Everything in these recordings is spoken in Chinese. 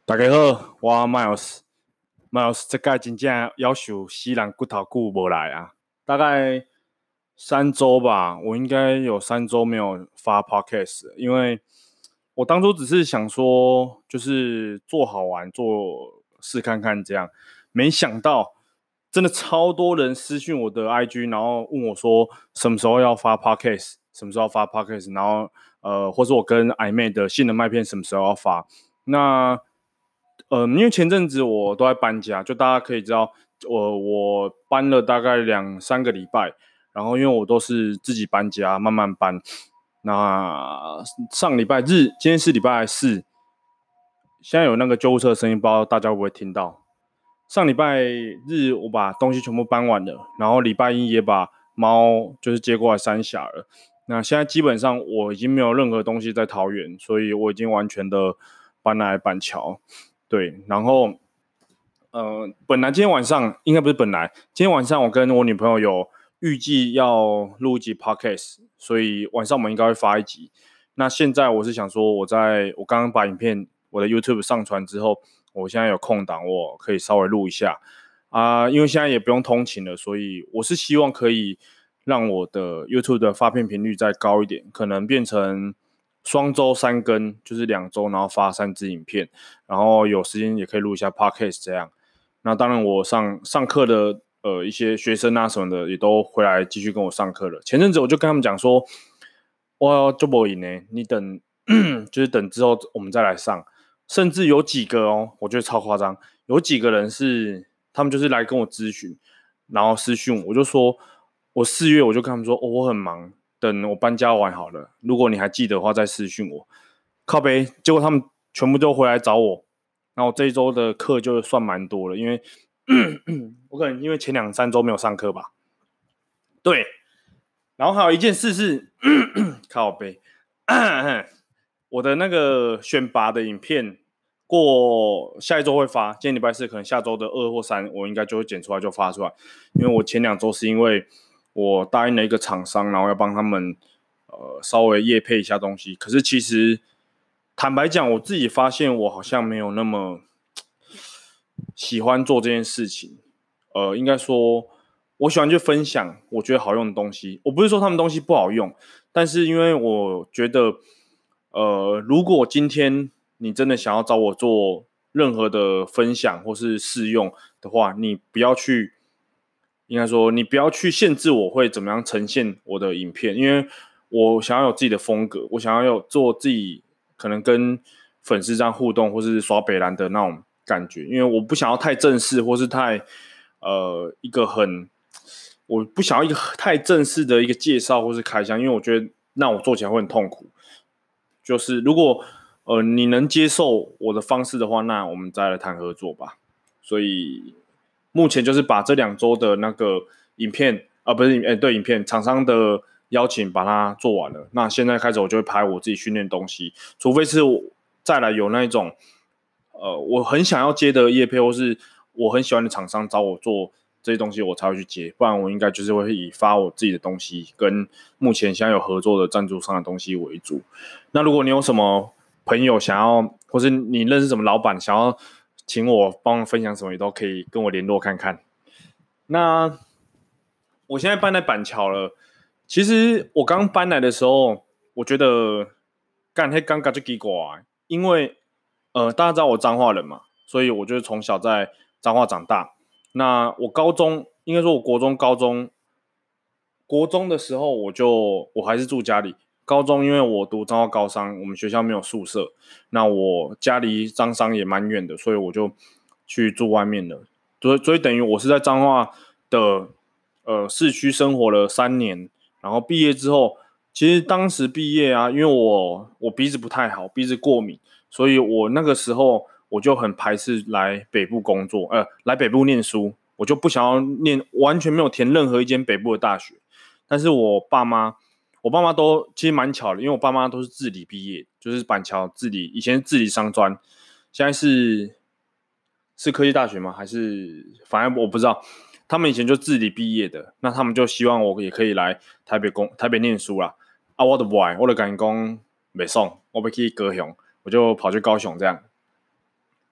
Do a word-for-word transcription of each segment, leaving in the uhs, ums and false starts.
大家好，我 Miles，Miles 这届真正要求死人骨头久无来啊，大概三周吧，我应该有三周没有发 podcast，因为我当初只是想说，就是做好玩，做试看看这样，没想到真的超多人私讯我的 I G，然后问我说什么时候要发 podcast，什么时候要发 podcast，然后呃，或是我跟暧昧的新人麦片什么时候要发，那。呃，因为前阵子我都在搬家，就大家可以知道，我我搬了大概两三个礼拜，然后因为我都是自己搬家，慢慢搬。那上礼拜日，今天是礼拜四，现在有那个救护车的声音，不知道大家会不会听到？上礼拜日我把东西全部搬完了，然后礼拜一也把猫就是接过来三峡了。那现在基本上我已经没有任何东西在桃园，所以我已经完全的搬来板桥。对，然后呃，本来今天晚上应该不是本来，今天晚上我跟我女朋友有预计要录一集 podcast， 所以晚上我们应该会发一集。那现在我是想说，我在我刚刚把影片我的 YouTube 上传之后，我现在有空档，我可以稍微录一下啊、呃，因为现在也不用通勤了，所以我是希望可以让我的 YouTube 的发片频率再高一点，可能变成双周三更，就是两周，然后发三支影片，然后有时间也可以录一下 podcast 这样。那当然，我上上课的呃一些学生啊什么的也都回来继续跟我上课了。前阵子我就跟他们讲说，我就不赢呢，你等就是等之后我们再来上。甚至有几个哦，我觉得超夸张，有几个人是他们就是来跟我咨询，然后私讯我，我就说我四月我就跟他们说、哦、我很忙，等我搬家完好了，如果你还记得的话再私讯我。靠北，结果他们全部都回来找我，然后这一周的课就算蛮多了，因为我可能因为前两三周没有上课吧。对，然后还有一件事是靠北，我的那个选拔的影片过下一周会发，今天礼拜四可能下周的二或三我应该就会剪出来就发出来，因为我前两周是因为我答应了一个厂商，然后要帮他们呃稍微业配一下东西，可是其实坦白讲，我自己发现我好像没有那么喜欢做这件事情。呃，应该说，我喜欢去分享我觉得好用的东西。我不是说他们东西不好用，但是因为我觉得，呃，如果今天你真的想要找我做任何的分享或是试用的话，你不要去，应该说你不要去限制我会怎么样呈现我的影片，因为我想要有自己的风格，我想要有做自己可能跟粉丝这样互动，或是刷北蓝的那种感觉，因为我不想要太正式，或是太呃一个很，我不想要一个太正式的一个介绍或是开箱，因为我觉得那我做起来会很痛苦。就是如果呃你能接受我的方式的话，那我们再来谈合作吧。所以目前就是把这两周的那个影片啊、呃，不是哎、欸、对影片厂商的邀请把它做完了。那现在开始我就会拍我自己训练东西，除非是我再来有那一种呃我很想要接的业配，或是我很喜欢的厂商找我做这些东西，我才会去接。不然我应该就是会以发我自己的东西跟目前现在有合作的赞助商的东西为主。那如果你有什么朋友想要，或是你认识什么老板想要请我帮分享什么，也都可以跟我联络看看。那我现在搬来板桥了，其实我刚搬来的时候，我觉得干黑刚刚就奇怪，因为呃大家知道我彰化人嘛，所以我就是从小在彰化长大。那我高中应该说，我国中、高中、国中的时候，我就我还是住家里。高中因为我读彰化高商，我们学校没有宿舍，那我家离彰商也蛮远的，所以我就去住外面了。所以所以等于我是在彰化的呃市区生活了三年，然后毕业之后，其实当时毕业啊，因为我我鼻子不太好，鼻子过敏，所以我那个时候我就很排斥来北部工作，呃，来北部念书，我就不想要念，完全没有填任何一间北部的大学。但是我爸妈，我爸妈都其实蛮巧的，因为我爸妈都是自理毕业，就是板桥自理，以前是自理商专，现在是是科技大学吗？还是反正我不知道。他们以前就自理毕业的，那他们就希望我也可以来台北工台北念书啦。啊，我的不爱，我的感讲没送，我要去高雄，我就跑去高雄这样。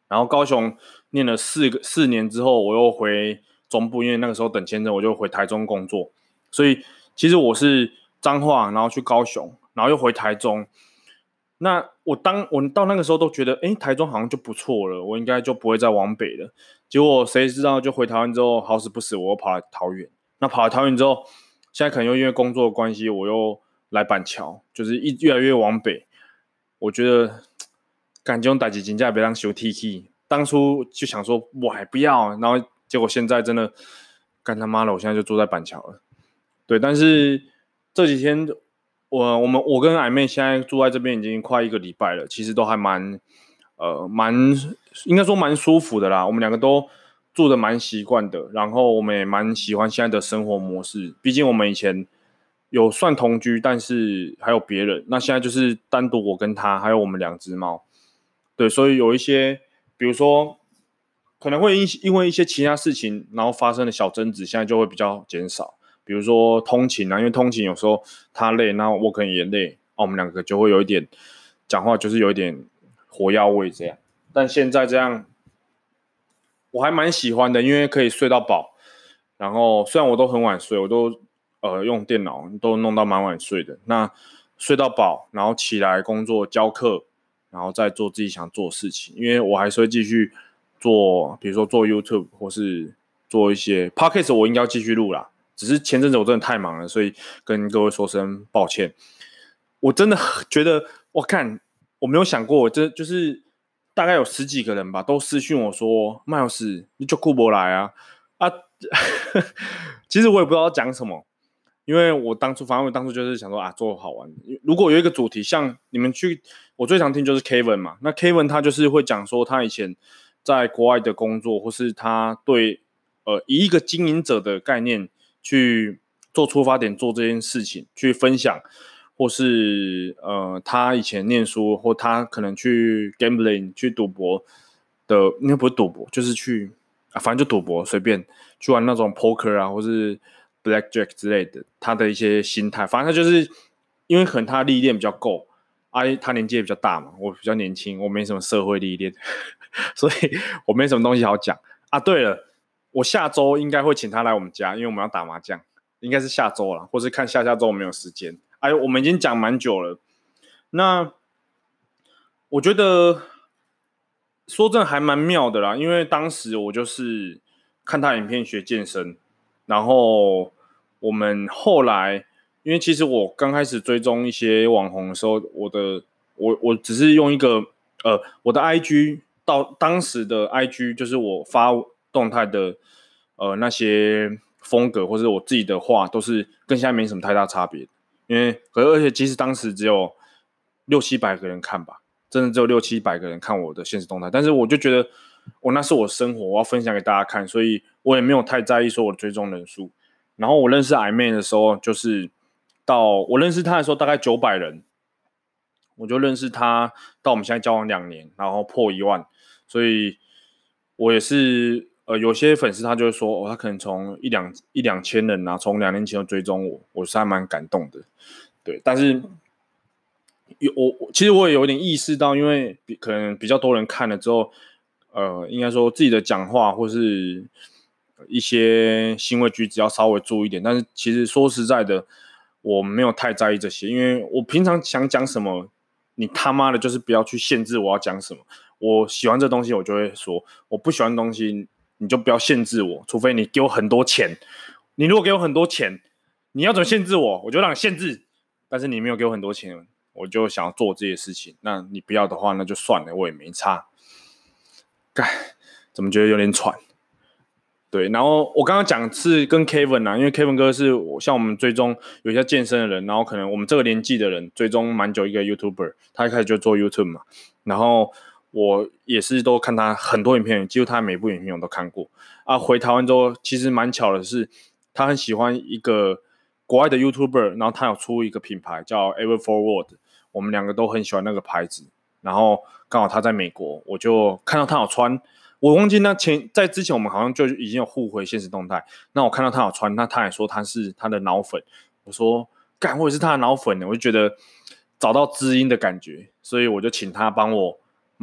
然后高雄念了四个四年之后，我又回中部，因为那个时候等签证，我就回台中工作。所以其实我是彰化，然后去高雄，然后又回台中。那我当我到那个时候都觉得，哎，台中好像就不错了，我应该就不会再往北了。结果谁知道，就回台湾之后，好死不死，我又跑来桃园。那跑来桃园之后，现在可能又因为工作的关系，我又来板桥，就是一越来越往北。我觉得，感觉代志真正别让修 T K。当初就想说，我还不要，然后结果现在真的，干他妈的，我现在就住在板桥了。对，但是这几天。我我们我跟矮妹现在住在这边已经快一个礼拜了，其实都还蛮呃蛮应该说蛮舒服的啦。我们两个都住的蛮习惯的，然后我们也蛮喜欢现在的生活模式。毕竟我们以前有算同居，但是还有别人，那现在就是单独我跟他，还有我们两只猫。对，所以有一些比如说可能会因因为一些其他事情，然后发生的小争执，现在就会比较减少。比如说通勤啊，因为通勤有时候他累，那我可能也累，啊，我们两个就会有一点讲话，就是有一点火药味这样。但现在这样，我还蛮喜欢的，因为可以睡到饱。然后虽然我都很晚睡，我都呃用电脑都弄到蛮晚睡的。那睡到饱，然后起来工作教课，然后再做自己想做的事情。因为我还是会继续做，比如说做 YouTube 或是做一些 Podcast， 我应该要继续录啦。只是前阵子我真的太忙了，所以跟各位说声抱歉。我真的觉得，我看我没有想过，这就是大概有十几个人吧，都私讯我说：“麦老师，你就顾不来啊啊！”其实我也不知道讲什么，因为我当初反正我当初就是想说啊，做好玩。如果有一个主题，像你们去，我最常听就是 Kevin 嘛。那 Kevin 他就是会讲说他以前在国外的工作，或是他对呃以一个经营者的概念。去做出发点做这件事情，去分享，或是呃他以前念书，或他可能去 gambling 去赌博的，应该不是赌博，就是去啊，反正就赌博，随便去玩那种 poker 啊，或是 blackjack 之类的，他的一些心态，反正他就是因为可能他历练比较够，啊，他年纪也比较大嘛，我比较年轻，我没什么社会历练，所以我没什么东西好讲啊。对了。我下周应该会请他来我们家，因为我们要打麻将，应该是下周啦，或是看下下周我没有时间。哎，我们已经讲蛮久了。那我觉得说真的还蛮妙的啦，因为当时我就是看他影片学健身，然后我们后来，因为其实我刚开始追踪一些网红的时候，我的我我只是用一个呃我的 I G 到当时的 I G 就是我发动态的呃那些风格或者我自己的话，都是跟现在没什么太大差别。因为而且其实当时只有六七百个人看吧，真的只有六七百个人看我的现实动态，但是我就觉得我那是我生活，我要分享给大家看，所以我也没有太在意说我的追踪人数。然后我认识矮妹的时候，就是到我认识她的时候大概九百人，我就认识她到我们现在交往两年，然后破一万，所以我也是呃有些粉丝他就会说，哦，他可能从一两一两千人啊，从两年前就追踪我，我是还蛮感动的，对，但是。有我其实我也有点意识到，因为可能比较多人看了之后，呃，应该说自己的讲话或是一些行为举止要稍微注意一点。但是其实说实在的，我没有太在意这些，因为我平常想讲什么，你他妈的就是不要去限制我要讲什么。我喜欢这东西，我就会说；我不喜欢的东西，你就不要限制我，除非你给我很多钱。你如果给我很多钱，你要怎么限制我，我就让你限制。但是你没有给我很多钱。我就想要做这些事情，那你不要的话，那就算了，我也没差。干，怎么觉得有点喘？对，然后我刚刚讲是跟 Kevin 啊，因为 Kevin 哥是我像我们追踪有一些健身的人，然后可能我们这个年纪的人追踪蛮久一个 YouTuber， 他一开始就做 YouTube 嘛，然后我也是都看他很多影片，几乎他每部影片我都看过啊。回台湾之后，其实蛮巧的是，他很喜欢一个国外的 YouTuber， 然后他有出一个品牌叫 Everforward。我们两个都很喜欢那个牌子，然后刚好他在美国，我就看到他有穿，我忘记那前在之前我们好像就已经有互回现实动态，那我看到他有穿，那他也说他是他的脑粉，我说干我也是他的脑粉呢，我就觉得找到知音的感觉，所以我就请他帮我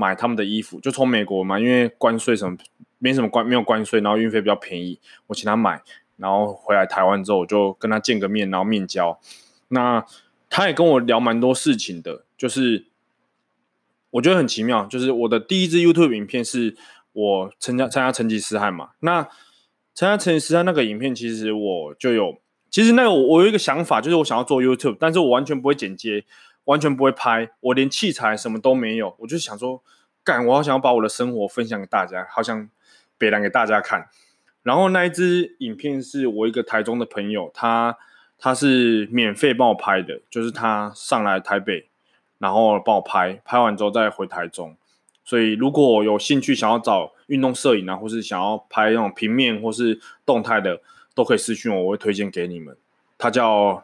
买他们的衣服，就从美国嘛，因为关税什么没什么关没有关税，然后运费比较便宜，我请他买，然后回来台湾之后我就跟他见个面，然后面交。那他也跟我聊蛮多事情的，就是我觉得很奇妙，就是我的第一支 YouTube 影片是我参加参加成吉思汗嘛，那参加成吉思汗那个影片，其实我就有，其实那个我我有一个想法，就是我想要做 YouTube， 但是我完全不会剪接，完全不会拍，我连器材什么都没有，我就想说，干，我好想要把我的生活分享给大家，好想北兰给大家看。然后那一支影片是我一个台中的朋友，他他是免费帮我拍的，就是他上来台北，然后帮我拍，拍完之后再回台中。所以如果有兴趣想要找运动摄影啊，或是想要拍那种平面或是动态的，都可以私讯我，我会推荐给你们。他叫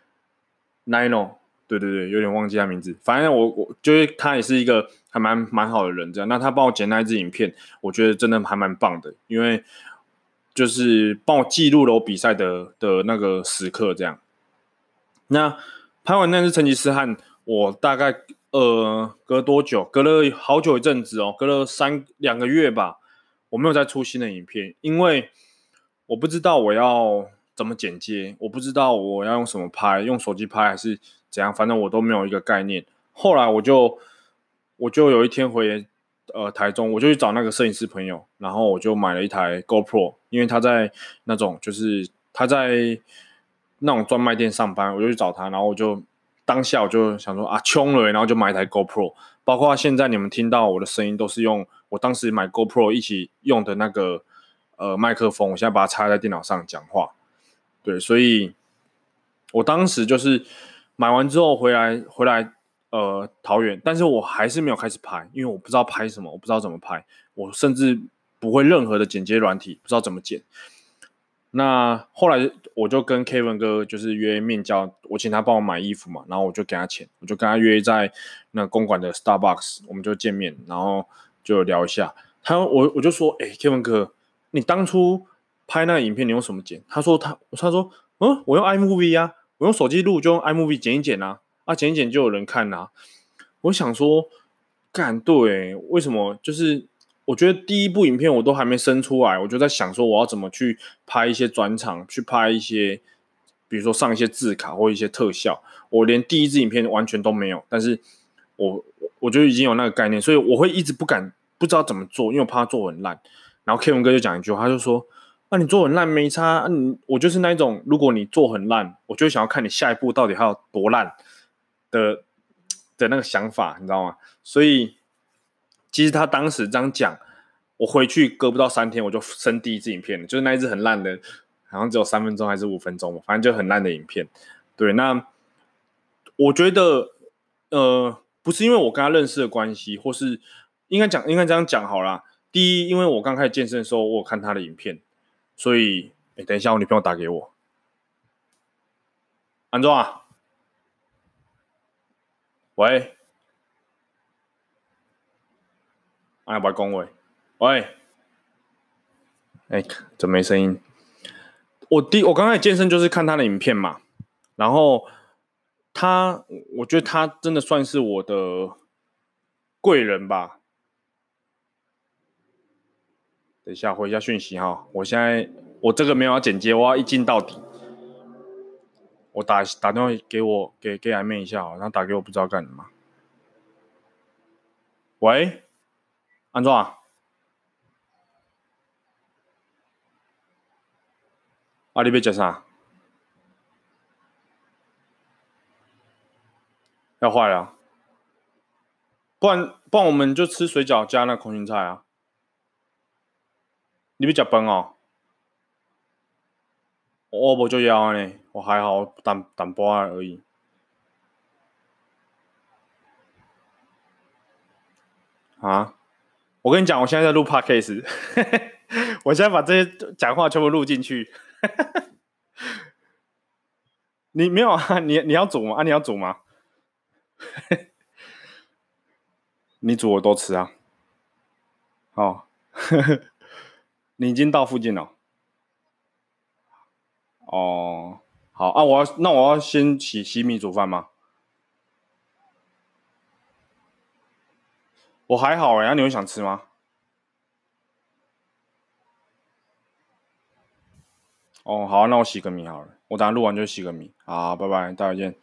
Nino， 对对对，有点忘记他名字。反正我我觉得他也是一个还蛮蛮好的人，这样。那他帮我剪那一支影片，我觉得真的还蛮棒的，因为就是帮我记录了我比赛的的那个时刻，这样。那拍完那支成吉思汗，我大概呃隔多久？隔了好久一阵子哦，隔了三两个月吧，我没有再出新的影片，因为我不知道我要怎么剪接，我不知道我要用什么拍，用手机拍还是怎样，反正我都没有一个概念。后来我就我就有一天回呃台中，我就去找那个摄影师朋友，然后我就买了一台 GoPro， 因为他在那种就是他在那种专卖店上班，我就去找他，然后我就当下我就想说啊穷了，然后就买一台 GoPro， 包括现在你们听到我的声音都是用我当时买 GoPro 一起用的那个呃麦克风，我现在把它插在电脑上讲话，对，所以我当时就是买完之后回来回来呃桃园，但是我还是没有开始拍，因为我不知道拍什么，我不知道怎么拍，我甚至不会任何的剪接软体，不知道怎么剪。那后来我就跟 Kevin 哥就是约面交，我请他帮我买衣服嘛，然后我就给他钱，我就跟他约在那公馆的 Starbucks， 我们就见面，然后就聊一下。他我我就说，哎、欸、，Kevin 哥，你当初拍那个影片你用什么剪？他说他他说，嗯，我用 iMovie 啊，我用手机录就用 iMovie 剪一剪啊，啊剪一剪就有人看啊。我想说，干对，为什么就是？我觉得第一部影片我都还没生出来，我就在想说我要怎么去拍一些转场，去拍一些，比如说上一些字卡或一些特效，我连第一支影片完全都没有，但是我我就已经有那个概念，所以我会一直不敢不知道怎么做，因为我怕他做很烂。然后 Kevin 哥就讲一句话，他就说：“啊，你做很烂没差，啊、你我就是那一种，如果你做很烂，我就想要看你下一步到底还有多烂的的那个想法，你知道吗？所以。”其实他当时这样讲，我回去隔不到三天我就生第一支影片了，就是那一支很烂的，好像只有三分钟还是五分钟嘛，反正就很烂的影片。对，那我觉得，呃，不是因为我跟他认识的关系，或是应该讲应该这样讲好啦。第一，因为我刚开始健身的时候，我有看他的影片，所以，哎，等一下，我女朋友打给我，安装啊，喂，哎，不要恭维，喂。哎，怎么没声音？我第我刚开始健身就是看他的影片嘛，然后他，我觉得他真的算是我的贵人吧。等一下回一下讯息哈，我现在我这个没有要剪接，我要一镜到底。我打打电话给我给给俺妹一下，然后打给我不知道干什么。喂，安装啊？啊，你要吃啥？要坏了，不然不然我们就吃水饺加那空心菜啊。你要吃饭哦？我不就要呢，我还好淡淡薄而已。啊，我跟你讲，我现在在录 podcast， 我现在把这些讲话全部录进去。你没有啊？你你要煮吗？啊，你要煮吗？你煮我都吃啊。哦，你已经到附近了。哦，好啊，我要那我要先洗洗米煮饭吗？ 我还好哎、欸，那你会想吃吗？哦，好，那我洗个米好了，我等下录完就洗个米。好，拜拜，大家见。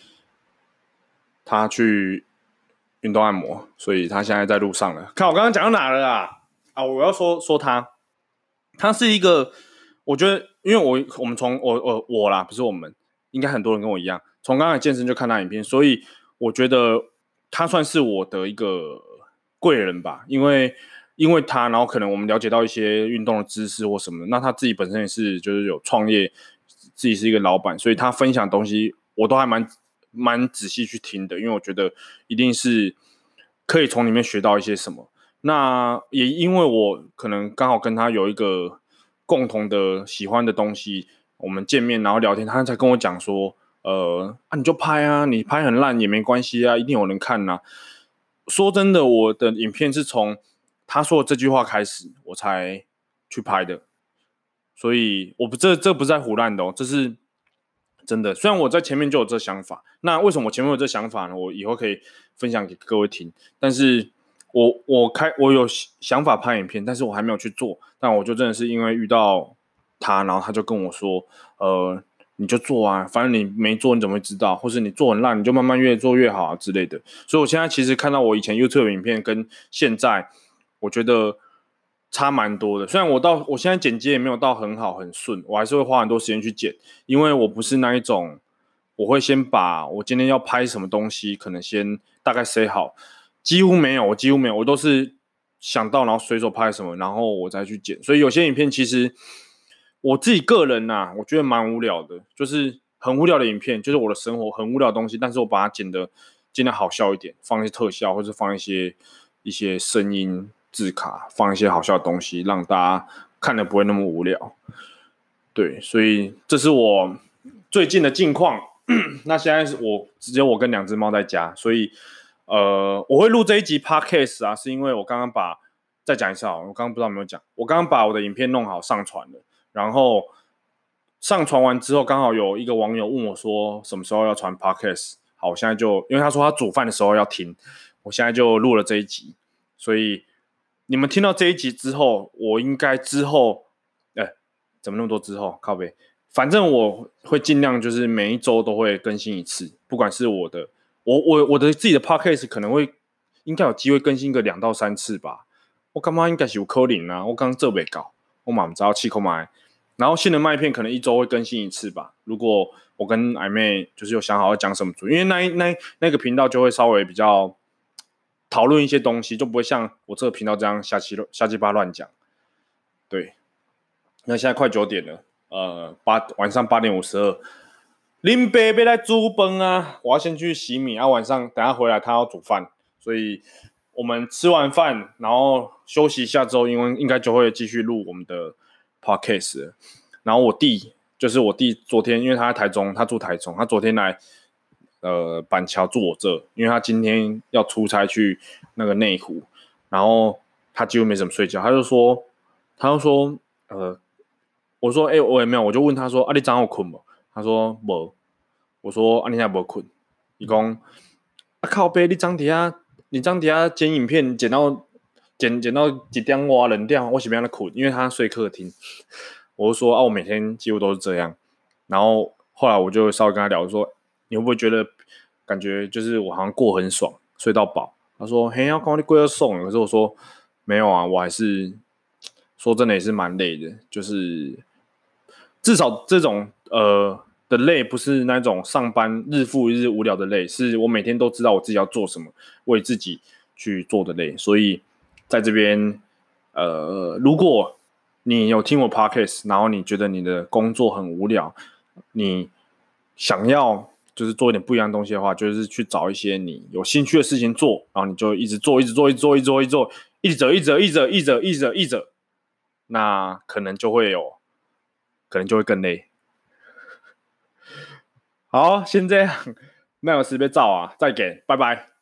他去运动按摩，所以他现在在路上了。看我刚刚讲到哪了啊？啊，我要说说他，他是一个，我觉得，因为我我们从我我我啦，不是我们，应该很多人跟我一样，从刚才健身就看他影片，所以我觉得他算是我的一个贵人吧，因为因为他，然后可能我们了解到一些运动的知识或什么的，那他自己本身也是就是有创业，自己是一个老板，所以他分享的东西我都还蛮蛮仔细去听的，因为我觉得一定是可以从里面学到一些什么。那也因为我可能刚好跟他有一个共同的喜欢的东西，我们见面然后聊天，他才跟我讲说，呃，啊你就拍啊，你拍很烂也没关系啊，一定有人看呐、啊。说真的，我的影片是从他说的这句话开始，我才去拍的，所以我不这这不是在胡乱的哦，这是真的。虽然我在前面就有这想法，那为什么我前面有这想法呢？我以后可以分享给各位听。但是我我开我有想法拍影片，但是我还没有去做。但我就真的是因为遇到他，然后他就跟我说，呃，你就做啊，反正你没做你怎么会知道？或是你做很烂，你就慢慢越做越好啊之类的。所以我现在其实看到我以前 YouTube 的影片跟现在，我觉得差蛮多的。虽然我到我现在剪接也没有到很好很顺，我还是会花很多时间去剪，因为我不是那一种，我会先把我今天要拍什么东西，可能先大概 say 好，几乎没有，我几乎没有，我都是想到然后随手拍什么，然后我再去剪。所以有些影片其实我自己个人呐、啊，我觉得蛮无聊的，就是很无聊的影片，就是我的生活很无聊的东西，但是我把它剪得尽量好笑一点，放一些特效，或者放一些一些声音字卡，放一些好笑的东西，让大家看的不会那么无聊。对，所以这是我最近的近况。那现在是我只有我跟两只猫在家，所以呃，我会录这一集 podcast 啊，是因为我刚刚把再讲一次好，我刚刚不知道有没有讲，我刚刚把我的影片弄好上传了，然后上传完之后，刚好有一个网友问我说什么时候要传 podcast，好，我现在就因为他说他煮饭的时候要听，我现在就录了这一集，所以你们听到这一集之后，我应该之后，哎、欸，怎么那么多之后？靠北，反正我会尽量就是每一周都会更新一次，不管是我的，我我我的自己的 podcast 可能会应该有机会更新个两到三次吧。我干嘛应该是有可能啊？我刚刚这没搞，我嘛不知道气口买。然后新的麦片可能一周会更新一次吧。如果我跟矮妹就是有想好要讲什么主，因为那那那个频道就会稍微比较讨论一些东西，就不会像我这个频道这样瞎七瞎鸡巴乱讲。对，那现在快九点了，呃，八晚上八点五十二，林北被来煮饭啊，我要先去洗米啊，晚上等下回来他要煮饭，所以我们吃完饭然后休息一下之后，因为应该就会继续录我们的 podcast 了。然后我弟就是我弟，昨天因为他在台中，他住台中，他昨天来呃板桥住我这，因为他今天要出差去那个内湖，然后他几乎没怎么睡觉，他就说他就说呃，我说哎、欸、我也没有，我就问他说啊你早上有困不？他说没，我说啊你现在没困，伊讲啊靠背你昨底下你昨底下剪影片剪到剪剪到一点哇两点，我是不要困，因为他睡客厅。我就说啊，我每天几乎都是这样。然后后来我就稍微跟他聊说，你会不会觉得感觉就是我好像过很爽，睡到饱？他说嘿，要刚你过要送，可是我说没有啊，我还是说真的也是蛮累的，就是至少这种呃的累不是那种上班日复一日无聊的累，是我每天都知道我自己要做什么，为自己去做的累。所以在这边呃，如果你有听我 podcast， 然后你觉得你的工作很无聊，你想要就是做一点不一样的东西的话，就是去找一些你有兴趣的事情做，然后你就一直做，一直做，一直做，一直做，一直做，一直做，一直做，一直做，一直做，一直做，一直做，那可能就会有，可能就会更累。好，先这样，那有事别照啊，再给，拜拜。